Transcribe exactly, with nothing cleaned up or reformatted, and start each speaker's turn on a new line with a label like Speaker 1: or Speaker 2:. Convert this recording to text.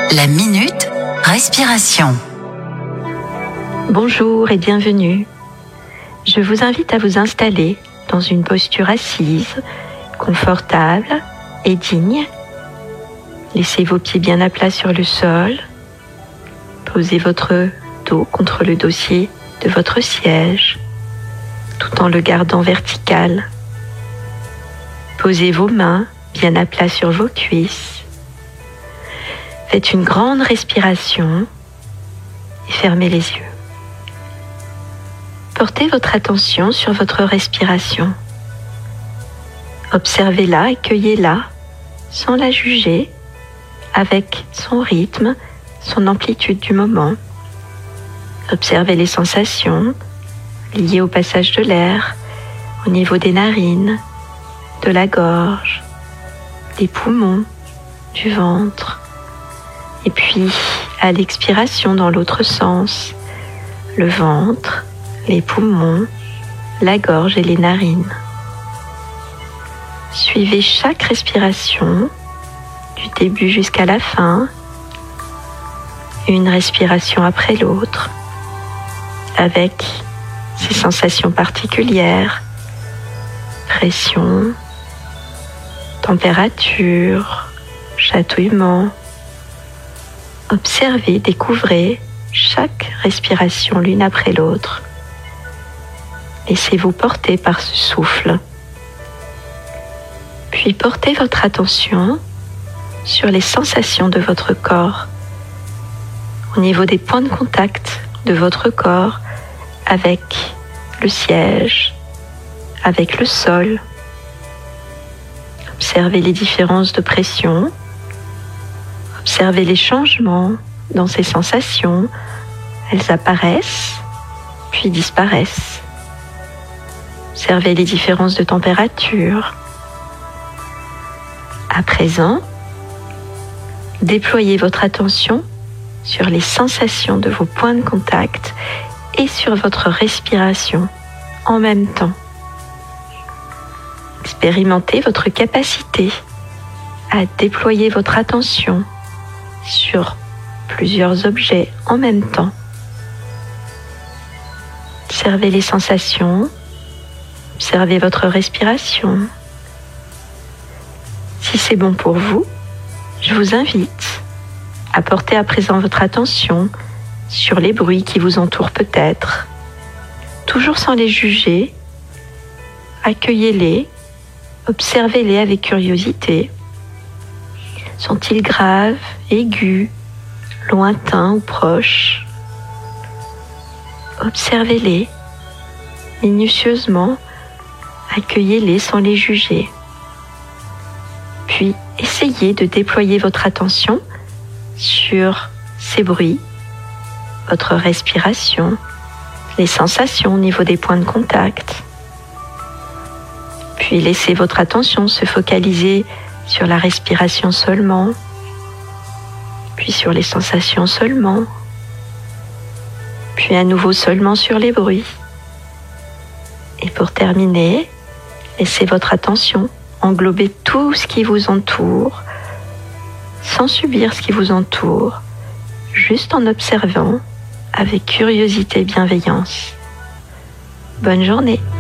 Speaker 1: La minute respiration.
Speaker 2: Bonjour et bienvenue. Je vous invite à vous installer dans une posture assise, confortable et digne. Laissez vos pieds bien à plat sur le sol. Posez votre dos contre le dossier de votre siège, tout en le gardant vertical. Posez vos mains bien à plat sur vos cuisses. Faites une grande respiration et fermez les yeux. Portez votre attention sur votre respiration. Observez-la, accueillez-la, sans la juger, avec son rythme, son amplitude du moment. Observez les sensations liées au passage de l'air au niveau des narines, de la gorge, des poumons, du ventre. Et puis, à l'expiration dans l'autre sens, le ventre, les poumons, la gorge et les narines. Suivez chaque respiration, du début jusqu'à la fin, une respiration après l'autre, avec ses sensations particulières, pression, température, chatouillement. Observez, découvrez chaque respiration l'une après l'autre. Laissez-vous porter par ce souffle. Puis portez votre attention sur les sensations de votre corps, au niveau des points de contact de votre corps avec le siège, avec le sol. Observez les différences de pression. Observez les changements dans ces sensations. Elles apparaissent, puis disparaissent. Observez les différences de température. À présent, déployez votre attention sur les sensations de vos points de contact et sur votre respiration en même temps. Expérimentez votre capacité à déployer votre attention sur plusieurs objets en même temps. Observez les sensations, observez votre respiration. Si c'est bon pour vous, je vous invite à porter à présent votre attention sur les bruits qui vous entourent peut-être. Toujours sans les juger, accueillez-les, observez-les avec curiosité. Sont-ils graves, aigus, lointains ou proches? Observez-les minutieusement, accueillez-les sans les juger. Puis essayez de déployer votre attention sur ces bruits, votre respiration, les sensations au niveau des points de contact. Puis laissez votre attention se focaliser sur la respiration seulement, puis sur les sensations seulement, puis à nouveau seulement sur les bruits. Et pour terminer, laissez votre attention englober tout ce qui vous entoure, sans subir ce qui vous entoure, juste en observant avec curiosité et bienveillance. Bonne journée!